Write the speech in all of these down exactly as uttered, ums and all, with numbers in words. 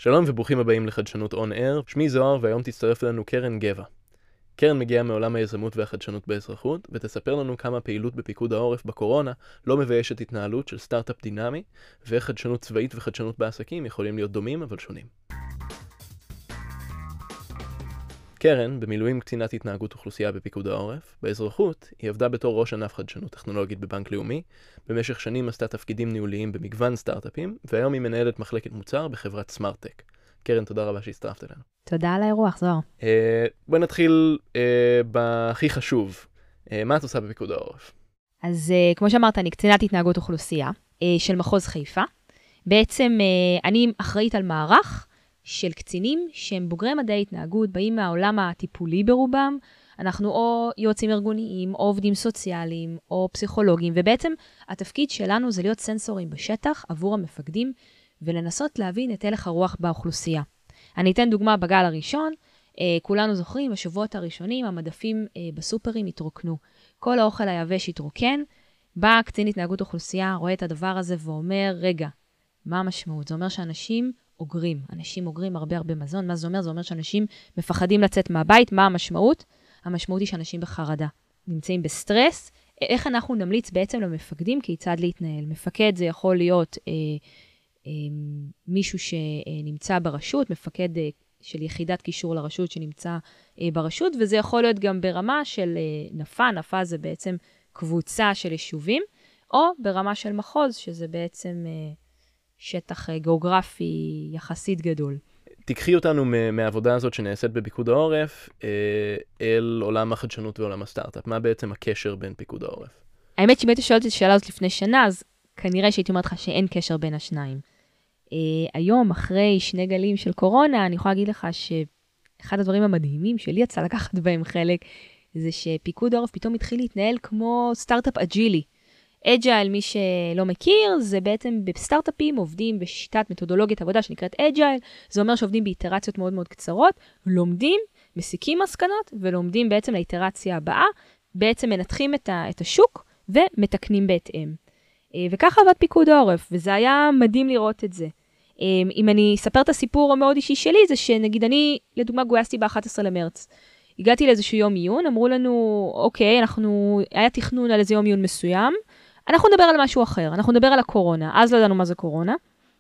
שלום וברוכים הבאים לחדשנות און אייר, שמי זוהר והיום תצטרף אלינו קרן גבע. קרן מגיעה מעולם היזמות והחדשנות באזרחות ותספר לנו כמה פעילות בפיקוד העורף בקורונה לא מביישת התנהלות של סטארט-אפ דינמי ואיך חדשנות צבאית וחדשנות בעסקים יכולים להיות דומים אבל שונים. קרן, במילואים קצינת התנהגות אוכלוסייה בפיקוד העורף, באזרחות היא עבדה בתור ראש ענף חדשנות טכנולוגית בבנק לאומי, במשך שנים עשתה תפקידים ניהוליים במגוון סטארט-אפים, והיום היא מנהלת מחלקת מוצר בחברת סמארטטק. קרן, תודה רבה שהצטרפת אלינו. תודה על האירוח, זוהר. אה, בואי נתחיל אה, בהכי חשוב. אה, מה את עושה בפיקוד העורף? אז אה, כמו שאמרת, אני קצינת התנהגות אוכלוסייה אה, של מחוז חיפה. בעצם אה, אני אחראית על מערך של קצינים שהם בוגרי מדעי התנהגות, באים מהעולם הטיפולי ברובם. אנחנו או יועצים ארגוניים, או עובדים סוציאליים, או פסיכולוגים, ובעצם התפקיד שלנו זה להיות סנסורים בשטח עבור המפקדים, ולנסות להבין את הלך הרוח באוכלוסייה. אני אתן דוגמה בגל הראשון, אה, כולנו זוכרים, בשבועות הראשונים, המדפים אה, בסופרים התרוקנו. כל האוכל היבש התרוקן, בא קצין התנהגות אוכלוסייה, רואה את הדבר הזה ואומר, רגע, מה המשמעות? זה אומר שאנשים אוגרים, אנשים אוגרים הרבה הרבה מזון. מה זה אומר? זה אומר שאנשים מפחדים לצאת מהבית. מה המשמעות? המשמעות היא שאנשים בחרדה, נמצאים בסטרס. איך אנחנו נמליץ בעצם למפקדים כיצד להתנהל? מפקד זה יכול להיות אה, אה, מישהו שנמצא ברשות, מפקד אה, של יחידת קישור לרשות שנמצא אה, ברשות, וזה יכול להיות גם ברמה של אה, נפה, נפה זה בעצם קבוצה של יישובים, או ברמה של מחוז, שזה בעצם אה, שטח אה, גיאוגרפי יחסית גדול. תיקחי אותנו מהעבודה הזאת שנעשית בפיקוד העורף אה, אל עולם החדשנות ועולם הסטארט-אפ. מה בעצם הקשר בין פיקוד העורף? האמת שאם היית שואלת את השאלה הזאת לפני שנה, אז כנראה שהייתי אומרת לך שאין קשר בין השניים. אה, היום, אחרי שני גלים של קורונה, אני יכולה להגיד לך שאחד הדברים המדהימים שלי יצא לקחת בהם חלק, זה שפיקוד העורף פתאום התחיל להתנהל כמו סטארט-אפ אג'ילי. אג'ייל, מי שלא מכיר, זה בעצם בסטארט-אפים עובדים בשיטת מתודולוגית עבודה שנקראת אג'ייל, זה אומר שעובדים באיטרציות מאוד מאוד קצרות, לומדים, מסיקים מסקנות, ולומדים בעצם לאיטרציה הבאה, בעצם מנתחים את, ה- את השוק ומתקנים בהתאם. וככה עבד פיקוד העורף, וזה היה מדהים לראות את זה. אם אני אספר את הסיפור המאוד אישי שלי, זה שנגיד אני, לדוגמה, גויסתי ב-אחד עשר למרץ. הגעתי לאיזשהו יום עיון, אמרו לנו, אוקיי, אנחנו, היה תכנון על איזה יום עיון מסוים, אנחנו נדבר על משהו אחר, אנחנו נדבר על הקורונה, אז לא ידענו מה זה קורונה,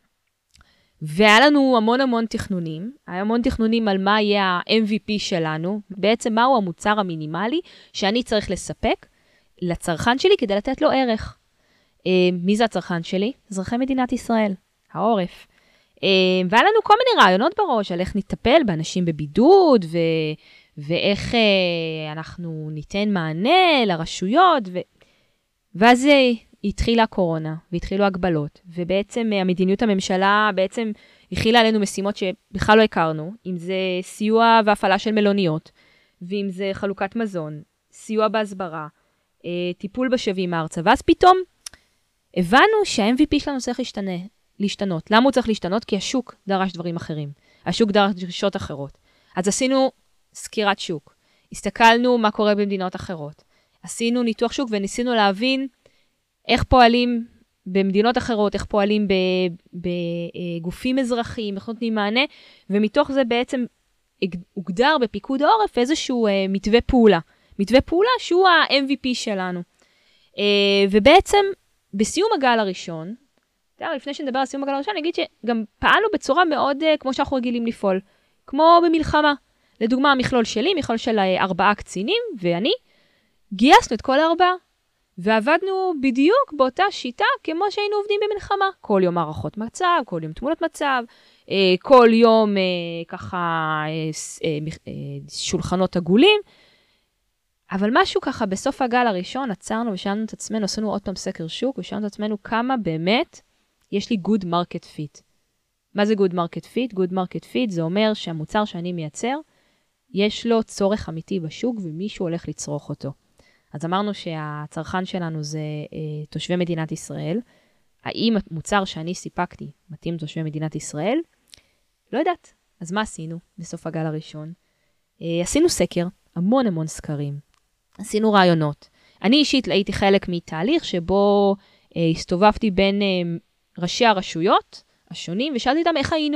והיה לנו המון המון תכנונים, היה המון תכנונים על מה יהיה ה-אם וי פי שלנו, בעצם מהו המוצר המינימלי שאני צריך לספק לצרכן שלי כדי לתת לו ערך. מי זה הצרכן שלי? אזרחי מדינת ישראל, העורף. והיה לנו כל מיני רעיונות בראש על איך נטפל באנשים בבידוד, ו... ואיך אנחנו ניתן מענה לרשויות, ו... ואז התחילה הקורונה, והתחילו הגבלות, ובעצם המדיניות הממשלה בעצם הכילה עלינו משימות שבכלל לא הכרנו, אם זה סיוע והפעלה של מלוניות, ואם זה חלוקת מזון, סיוע בהסברה, טיפול בשבים הארצה, ואז פתאום הבנו שה-אם וי פי שלנו צריך להשתנה, להשתנות. למה הוא צריך להשתנות? כי השוק דרש דברים אחרים. השוק דרש דרישות אחרות. אז עשינו סקירת שוק, הסתכלנו מה קורה במדינות אחרות, עשינו ניתוח שוק וניסינו להבין איך פועלים במדינות אחרות, איך פועלים בגופים אזרחיים, איך נותנים מענה, ומתוך זה בעצם הוגדר בפיקוד העורף איזשהו מתווה פעולה. מתווה פעולה שהוא ה-אם וי פי שלנו. ובעצם בסיום הגל הראשון, לפני שנדבר על סיום הגל הראשון, אני אגיד שגם פעלנו בצורה מאוד כמו שאנחנו רגילים לפעול, כמו במלחמה. לדוגמה, המכלול שלי, מכלול של ארבעה קצינים, ואני, גייסנו את כל הארבעה, ועבדנו בדיוק באותה שיטה, כמו שהיינו עובדים במלחמה. כל יום מערכות מצב, כל יום תמונות מצב, כל יום ככה שולחנות עגולים, אבל משהו ככה בסוף הגל הראשון, עצרנו ושאלנו את עצמנו, עשינו עוד פעם סקר שוק, ושאלנו את עצמנו כמה באמת יש לי good market fit. מה זה good market fit? good market fit זה אומר שהמוצר שאני מייצר, יש לו צורך אמיתי בשוק, ומישהו הולך לצרוך אותו. אז אמרנו שהצרכן שלנו זה אה, תושבי מדינת ישראל. האם המוצר שאני סיפקתי מתאים לתושבי מדינת ישראל? לא יודעת. אז מה עשינו בסוף הגל הראשון? אה, עשינו סקר, המון המון סקרים. עשינו רעיונות. אני אישית הייתי חלק מתהליך שבו אה, הסתובבתי בין אה, ראשי הרשויות השונים, ושאלתי אותם איך היינו.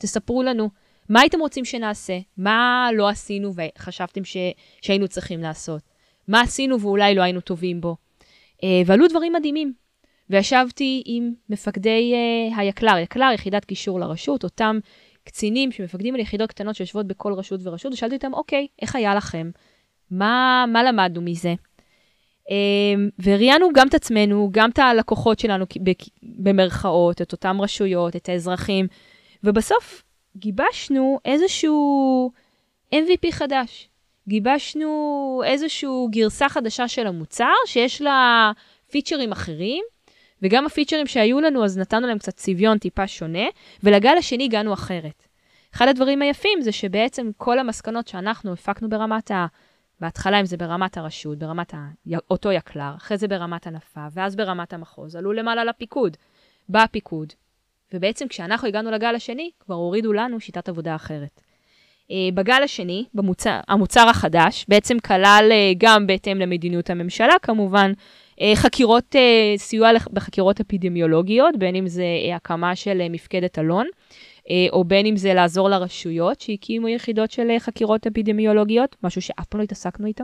תספרו לנו מה הייתם רוצים שנעשה, מה לא עשינו וחשבתם ש... שהיינו צריכים לעשות, מה עשינו ואולי לא היינו טובים בו. ועלו דברים מדהימים. וישבתי עם מפקדי uh, היקלר, יקלר, יחידת קישור לרשות, אותם קצינים שמפקדים על יחידות קטנות שיושבות בכל רשות ורשות, ושאלתי אותם, אוקיי, איך היה לכם? מה, מה למדנו מזה? Um, וראיינו גם את עצמנו, גם את הלקוחות שלנו במרכאות, את אותם רשויות, את האזרחים, ובסוף גיבשנו איזשהו אם וי פי חדש. גיבשנו איזשהו גרסה חדשה של המוצר, שיש לה פיצ'רים אחרים, וגם הפיצ'רים שהיו לנו, אז נתנו להם קצת צביון טיפה שונה, ולגל השני הגענו אחרת. אחד הדברים היפים זה שבעצם כל המסקנות שאנחנו הפקנו ברמת ה... בהתחלה אם זה ברמת הרשות, ברמת ה... אותו יקלר, אחרי זה ברמת הנפה, ואז ברמת המחוז, עלו למעלה לפיקוד, בא הפיקוד. ובעצם כשאנחנו הגענו לגל השני, כבר הורידו לנו שיטת עבודה אחרת. בגל השני, במוצר, המוצר החדש, בעצם כלל גם בהתאם למדיניות הממשלה, כמובן, חקירות, סיוע בחקירות אפידמיולוגיות, בין אם זה הקמה של מפקדת אלון, או בין אם זה לעזור לרשויות שהקימו יחידות של חקירות אפידמיולוגיות, משהו שאף פעם לא התעסקנו איתו.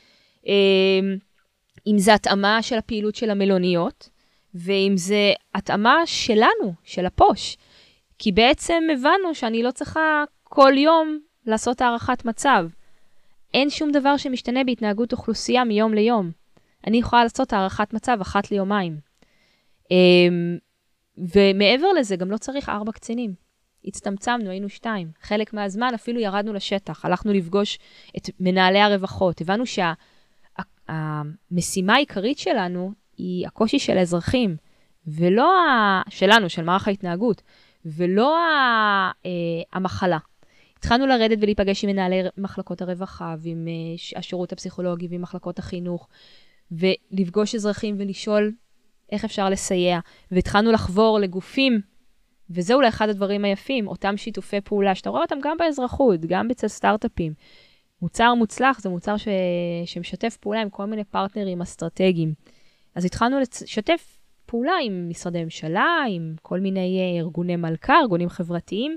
אם זה התאמה של הפעילות של המלוניות, ואם זה התאמה שלנו, של הפוש, כי בעצם הבנו שאני לא צריכה כל יום לעשות הערכת מצב. אין שום דבר שמשתנה בהתנהגות אוכלוסייה מיום ליום. אני יכולה לעשות הערכת מצב אחת ליומיים. ומעבר לזה, גם לא צריך ארבע קצינים. הצטמצמנו, היינו שתיים. חלק מהזמן אפילו ירדנו לשטח, הלכנו לפגוש את מנהלי הרווחות. הבנו שהמשימה העיקרית שלנו היא הקושי של האזרחים, ולא שלנו, של מערך ההתנהגות, ולא המחלה. התחלנו לרדת ולהיפגש עם מנהלי מחלקות הרווחה, ועם השירות הפסיכולוגי, ועם מחלקות החינוך, ולפגוש אזרחים ולשאול איך אפשר לסייע. והתחלנו לחבור לגופים, וזה אולי אחד הדברים היפים, אותם שיתופי פעולה, שאתה רואה אותם גם באזרחות, גם בצל סטארט-אפים. מוצר מוצלח זה מוצר ש... שמשתף פעולה עם כל מיני פרטנרים אסטרטגיים. אז התחלנו לשתף פעולה עם משרדי ממשלה, עם כל מיני ארגוני מלכה, ארגונים חברתיים,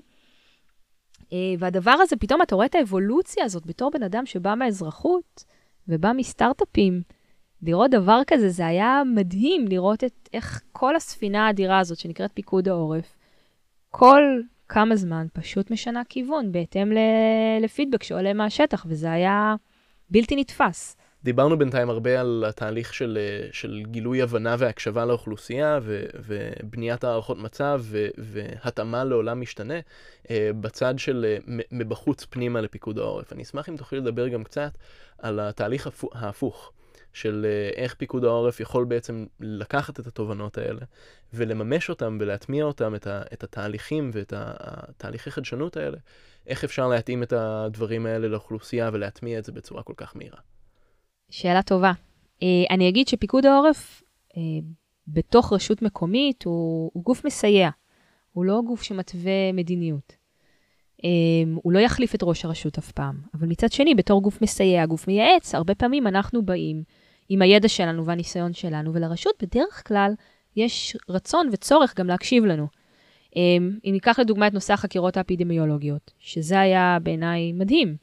והדבר הזה, פתאום אתה רואה את האבולוציה הזאת בתור בן אדם שבא מהאזרחות ובא מסטארט-אפים. לראות דבר כזה, זה היה מדהים לראות את איך כל הספינה האדירה הזאת שנקראת פיקוד העורף, כל כמה זמן פשוט משנה כיוון בהתאם לפידבק שעולה מהשטח, וזה היה בלתי נתפס. דיברנו בינתיים הרבה על התהליך של, של גילוי הבנה והקשבה לאוכלוסייה ו, ובניית הערכות מצב ו, והתאמה לעולם משתנה בצד של מבחוץ פנימה לפיקוד העורף. אני אשמח אם תוכלי לדבר גם קצת על התהליך ההפוך של איך פיקוד העורף יכול בעצם לקחת את התובנות האלה ולממש אותם ולהטמיע אותם, את, ה, את התהליכים ואת התהליכי חדשנות האלה, איך אפשר להתאים את הדברים האלה לאוכלוסייה ולהטמיע את זה בצורה כל כך מהירה. שאלה טובה. אני אגיד שפיקוד העורף בתוך רשות מקומית הוא, הוא גוף מסייע. הוא לא גוף שמתווה מדיניות. הוא לא יחליף את ראש הרשות אף פעם. אבל מצד שני, בתור גוף מסייע, גוף מייעץ, הרבה פעמים אנחנו באים עם הידע שלנו והניסיון שלנו, ולרשות בדרך כלל יש רצון וצורך גם להקשיב לנו. אם ניקח לדוגמה את נושא החקירות האפידמיולוגיות, שזה היה בעיניי מדהים.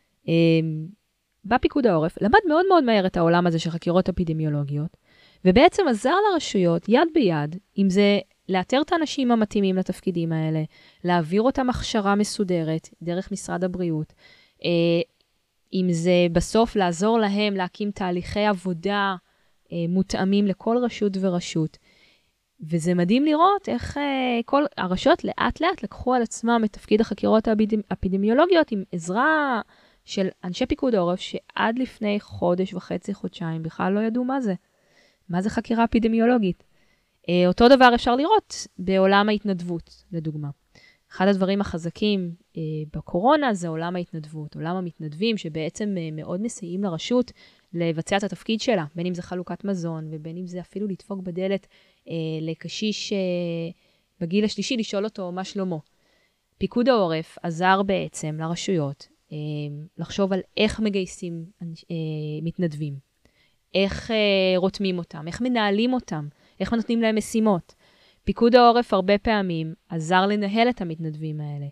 בפיקוד העורף, למד מאוד מאוד מהר את העולם הזה של חקירות אפידמיולוגיות, ובעצם עזר לרשויות יד ביד, אם זה לאתר את האנשים המתאימים לתפקידים האלה, להעביר אותם הכשרה מסודרת דרך משרד הבריאות, אם זה בסוף לעזור להם להקים תהליכי עבודה מותאמים לכל רשות ורשות. וזה מדהים לראות איך כל הרשויות לאט לאט לקחו על עצמם את תפקיד החקירות האפידמיולוגיות עם עזרה של אנשי פיקוד העורף שעד לפני חודש וחצי, חודשיים, בכלל לא ידעו מה זה. מה זה חקירה אפידמיולוגית? אותו דבר אפשר לראות בעולם ההתנדבות, לדוגמה. אחד הדברים החזקים בקורונה זה עולם ההתנדבות, עולם המתנדבים שבעצם מאוד מסייעים לרשות לבצע את התפקיד שלה, בין אם זה חלוקת מזון ובין אם זה אפילו לדפוק בדלת לקשיש בגיל השלישי לשאול אותו מה שלמה. פיקוד העורף עזר בעצם לרשויות לחשוב על איך מגייסים מתנדבים, איך רותמים אותם, איך מנהלים אותם, איך נותנים להם משימות. פיקוד העורף הרבה פעמים עזר לנהל את המתנדבים האלה.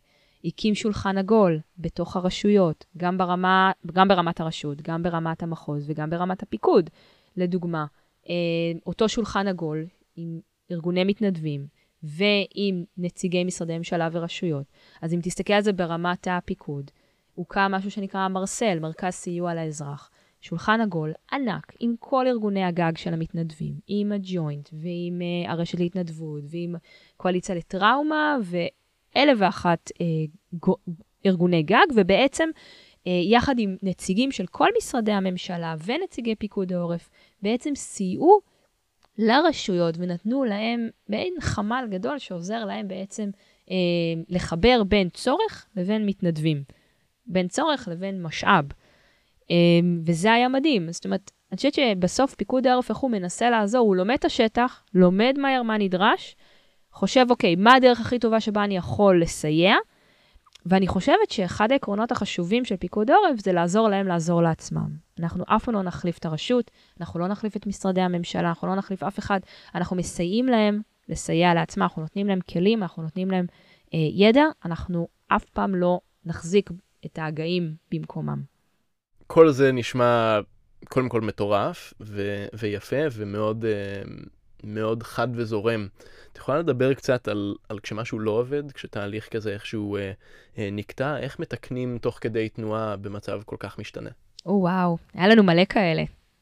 הקים שולחן עגול בתוך הרשויות, גם, ברמה, גם ברמת הרשות, גם ברמת המחוז וגם ברמת הפיקוד. לדוגמה, אותו שולחן עגול עם ארגוני מתנדבים ועם נציגי משרדי ממשלה ורשויות. אז אם תסתכל על זה ברמת הפיקוד, הוקם משהו שנקרא מרסל, מרכז סיוע לאזרח. שולחן עגול ענק עם כל ארגוני הגג של המתנדבים, עם הג'וינט ועם uh, הרשת להתנדבות ועם קואליציה לטראומה ואלף ואחת uh, גו, ארגוני גג, ובעצם uh, יחד עם נציגים של כל משרדי הממשלה ונציגי פיקוד העורף, בעצם סייעו לרשויות ונתנו להם מעין חמ"ל גדול שעוזר להם בעצם uh, לחבר בין צורך לבין מתנדבים, בין צורך לבין משאב. וזה היה מדהים. זאת אומרת, אני חושבת שבסוף פיקוד העורף איך הוא מנסה לעזור, הוא לומד את השטח, לומד מהר מה נדרש, חושב, אוקיי, מה הדרך הכי טובה שבה אני יכול לסייע, ואני חושבת שאחד העקרונות החשובים של פיקוד העורף זה לעזור להם לעזור לעצמם. אנחנו אף פעם לא נחליף את הרשות, אנחנו לא נחליף את משרדי הממשלה, אנחנו לא נחליף אף אחד, אנחנו מסייעים להם לסייע לעצמם, אנחנו נותנים להם כלים, אנחנו נותנים להם אה, ידע, אנחנו אף פעם לא נחזיק את ההגאים במקומם. כל זה נשמע קודם כל מטורף ו- ויפה ומאוד uh, מאוד חד וזורם. את יכולה לדבר קצת על, על כשמשהו לא עובד, כשתהליך כזה איכשהו uh, uh, נקטע, איך מתקנים תוך כדי תנועה במצב כל כך משתנה? או וואו, היה לנו מלא כאלה.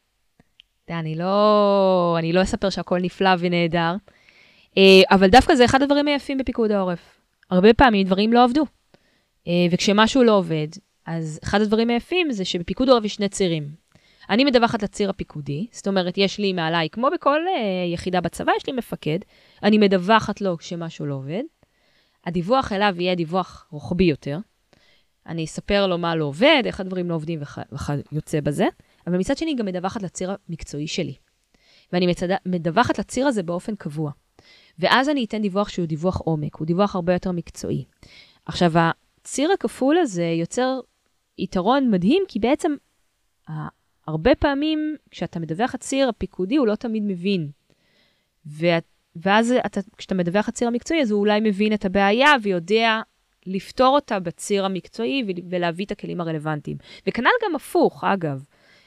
אני לא, אני לא אספר שהכל נפלא ונהדר, uh, אבל דווקא זה אחד הדברים היפים בפיקוד העורף. הרבה פעמים דברים לא עבדו, uh, וכשמשהו לא עובד, אז אחד הדברים היפים זה שבפיקוד העורף יש שני צירים. אני מדווחת לציר הפיקודי, זאת אומרת, יש לי מעליי, כמו בכל uh, יחידה בצבא, יש לי מפקד, אני מדווחת לו כשמשהו לא עובד. הדיווח אליו יהיה דיווח רוחבי יותר. אני אספר לו מה לא עובד, איך הדברים לא עובדים וכיוצא בזה, אבל מצד שני גם מדווחת לציר המקצועי שלי. ואני מצד... מדווחת לציר הזה באופן קבוע. ואז אני אתן דיווח שהוא דיווח עומק, הוא דיווח הרבה יותר מקצועי. עכשיו, הציר הכפול הזה יוצר יתרון מדהים, כי בעצם הרבה פעמים כשאתה מדווח הציר הפיקודי, הוא לא תמיד מבין. ואת, ואז אתה, כשאתה מדווח הציר המקצועי, אז הוא אולי מבין את הבעיה ויודע לפתור אותה בציר המקצועי ולהביא את הכלים הרלוונטיים. וכנ"ל גם הפוך, אגב.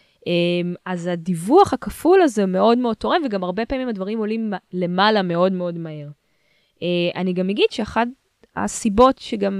אז הדיווח הכפול הזה מאוד מאוד תורם, וגם הרבה פעמים הדברים עולים למעלה מאוד מאוד מהר. אני גם אגיד שאחד הסיבות שגם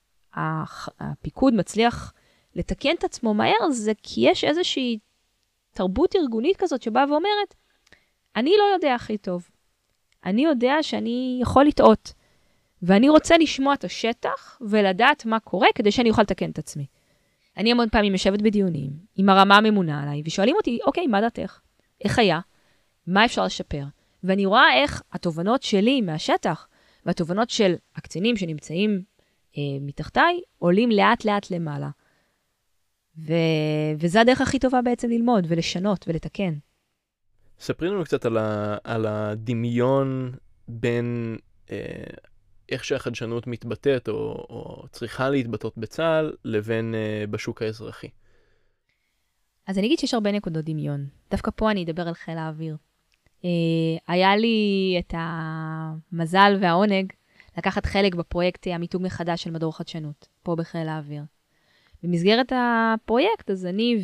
הפיקוד מצליח לתקן את עצמו מהר, זה כי יש איזושהי תרבות ארגונית כזאת שבאה ואומרת, אני לא יודע הכי טוב. אני יודע שאני יכול לטעות. ואני רוצה לשמוע את השטח ולדעת מה קורה כדי שאני אוכל לתקן את עצמי. אני המון פעמים יושבת בדיונים עם הרמה הממונה עליי, ושואלים אותי, אוקיי, מה דעתך? איך היה? מה אפשר לשפר? ואני רואה איך התובנות שלי מהשטח, והתובנות של הקצינים שנמצאים אה, מתחתיי, עולים לאט לאט למעלה. ו... וזה הדרך הכי טובה בעצם ללמוד ולשנות ולתקן. ספרי לנו קצת על, ה... על הדמיון בין אה, איך שהחדשנות מתבטאת או, או צריכה להתבטאות בצה"ל לבין אה, בשוק האזרחי. אז אני אגיד שיש הרבה נקודות דמיון. דווקא פה אני אדבר על חיל האוויר. אה, היה לי את המזל והעונג לקחת חלק בפרויקט המיתוג מחדש של מדור חדשנות, פה בחיל האוויר. במסגרת הפרויקט, אז אני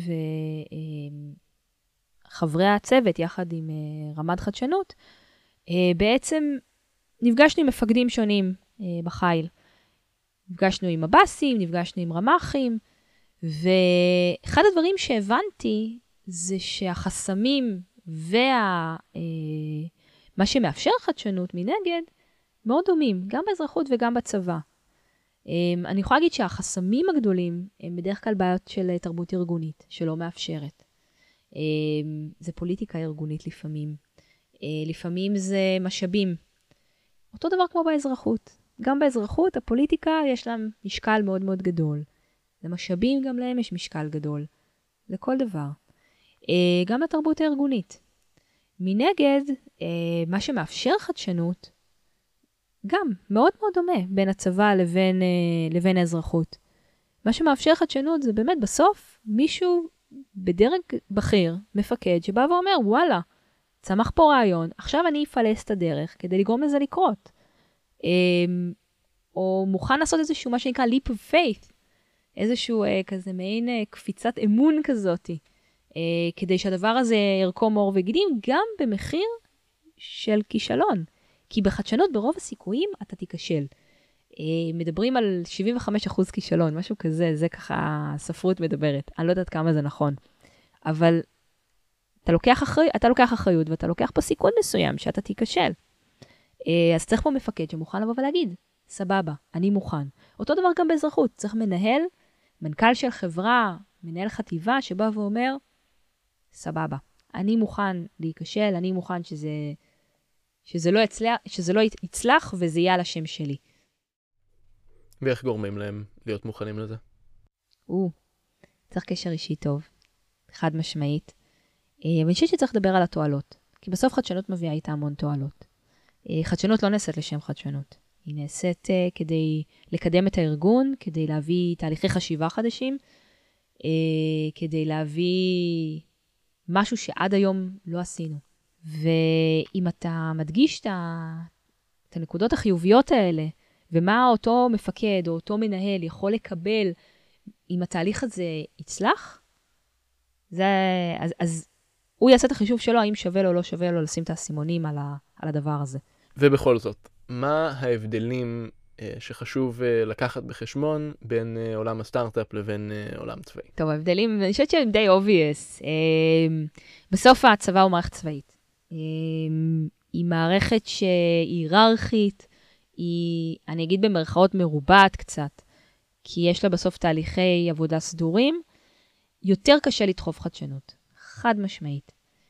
וחברי הצוות, יחד עם רמ"ד חדשנות, בעצם נפגשנו עם מפקדים שונים בחיל. נפגשנו עם מב"סים, נפגשנו עם רמ"חים, ואחד הדברים שהבנתי זה שהחסמים ומה שמאפשר חדשנות מנגד, מאוד דומים, גם באזרחות וגם בצבא. אני יכולה להגיד שהחסמים הגדולים הם בדרך כלל בעיות של תרבות ארגונית, שלא מאפשרת. זה פוליטיקה ארגונית לפעמים. לפעמים זה משאבים. אותו דבר כמו באזרחות. גם באזרחות, הפוליטיקה יש לה משקל מאוד מאוד גדול. למשאבים גם להם יש משקל גדול. לכל דבר. גם לתרבות הארגונית. מנגד, מה שמאפשר חדשנות, גם מאוד מאוד דומה בין הצבא לבין, לבין האזרחות. מה שמאפשר חדשנות זה באמת בסוף מישהו בדרג בכיר, מפקד, שבא ואומר, וואלה, צמח פה רעיון, עכשיו אני אפלס את הדרך כדי לגרום לזה לקרות. או מוכן לעשות איזשהו מה שנקרא leap of faith, איזשהו אה, כזה מעין אה, קפיצת אמון כזאת, אה, כדי שהדבר הזה ירקום עור וגידים, גם במחיר של כישלון. כי בחדשנות ברוב הסיכויים אתה תיכשל. אה, מדברים על שבעים וחמישה אחוז כישלון, משהו כזה, זה ככה הספרות מדברת. אני לא יודעת כמה זה נכון. אבל אתה לוקח, אחרי, אתה לוקח אחריות ואתה לוקח פה סיכון מסוים שאתה תיכשל. אה, אז צריך פה מפקד שמוכן לבוא ולהגיד, סבבה, אני מוכן. אותו דבר גם באזרחות, צריך מנהל, מנכ"ל של חברה, מנהל חטיבה שבא ואומר, סבבה, אני מוכן להיכשל, אני מוכן שזה, שזה, לא יצלח, שזה לא יצלח וזה יהיה על השם שלי. ואיך גורמים להם להיות מוכנים לזה? או, צריך קשר אישי טוב, חד משמעית. אבל אני חושבת שצריך לדבר על התועלות, כי בסוף חדשנות מביאה איתה המון תועלות. חדשנות לא נעשית לשם חדשנות. היא נעשית uh, כדי לקדם את הארגון, כדי להביא תהליכי חשיבה חדשים, uh, כדי להביא משהו שעד היום לא עשינו. ואם אתה מדגיש את, את הנקודות החיוביות האלה, ומה אותו מפקד או אותו מנהל יכול לקבל אם התהליך הזה יצלח, זה, אז, אז הוא יעשה את החישוב שלו, האם שווה לו או לא שווה לו לשים את הסימונים על, ה, על הדבר הזה. ובכל זאת, מה ההבדלים אה, שחשוב אה, לקחת בחשבון בין אה, עולם הסטארט-אפ לבין אה, עולם צבאי? טוב, ההבדלים, אני חושבת שהם די obvious. אה, בסוף הצבא הוא מערכת צבאית. אה, היא מערכת שהיא היררכית, היא, אני אגיד במרכאות מרובעת קצת, כי יש לה בסוף תהליכי עבודה סדורים, יותר קשה לדחוף חדשנות, חד משמעית.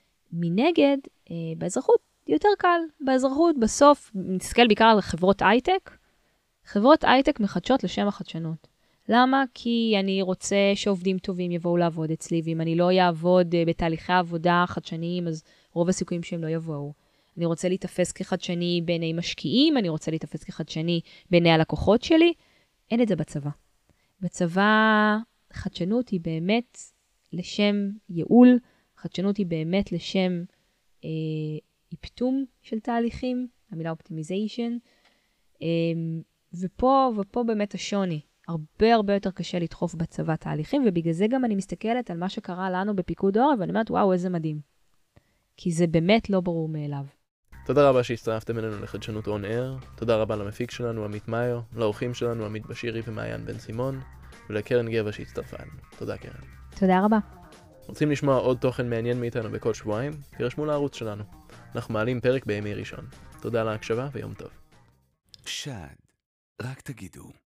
מנגד, אה, באזרחות, יותר קל. באזרחות, בסוף, נסתכל בעיקר על חברות הייטק. חברות הייטק מחדשות לשם החדשנות. למה? כי אני רוצה שעובדים טובים יבואו לעבוד אצלי, ואם אני לא אעבוד בתהליכי העבודה חדשניים, אז רוב הסיכויים שהם לא יבואו. אני רוצה להתאפס כחדשני בעיני משקיעים, אני רוצה להתאפס כחדשני בעיני הלקוחות שלי. אין את זה בצבא. בצבא, חדשנות היא באמת לשם ייעול, חדשנות היא באמת לשם אה, איפטום של תהליכים, המילה אופטימיזיישן, אה, ופה, ופה באמת השוני. הרבה הרבה יותר קשה לדחוף בצבא תהליכים, ובגלל זה גם אני מסתכלת על מה שקרה לנו בפיקוד העורף, ואני אומרת, וואו, איזה מדהים. כי זה באמת לא ברור מאליו. תודה רבה שהצטרפתם אלינו לחדשנות און אייר, תודה רבה למפיק שלנו, עמית מאיו, לאורחים שלנו, עמית בשירי ומעיין בן סימון, ולקרן גבע שהצטרפה אלינו. תודה קרן. תודה רבה. רוצים לשמוע עוד תוכן מעניין מאיתנו בכל שבועיים? תירשמו לערוץ שלנו. אנחנו מעלים פרק בימי ראשון. תודה על ההקשבה ויום טוב. שד, רק תגידו.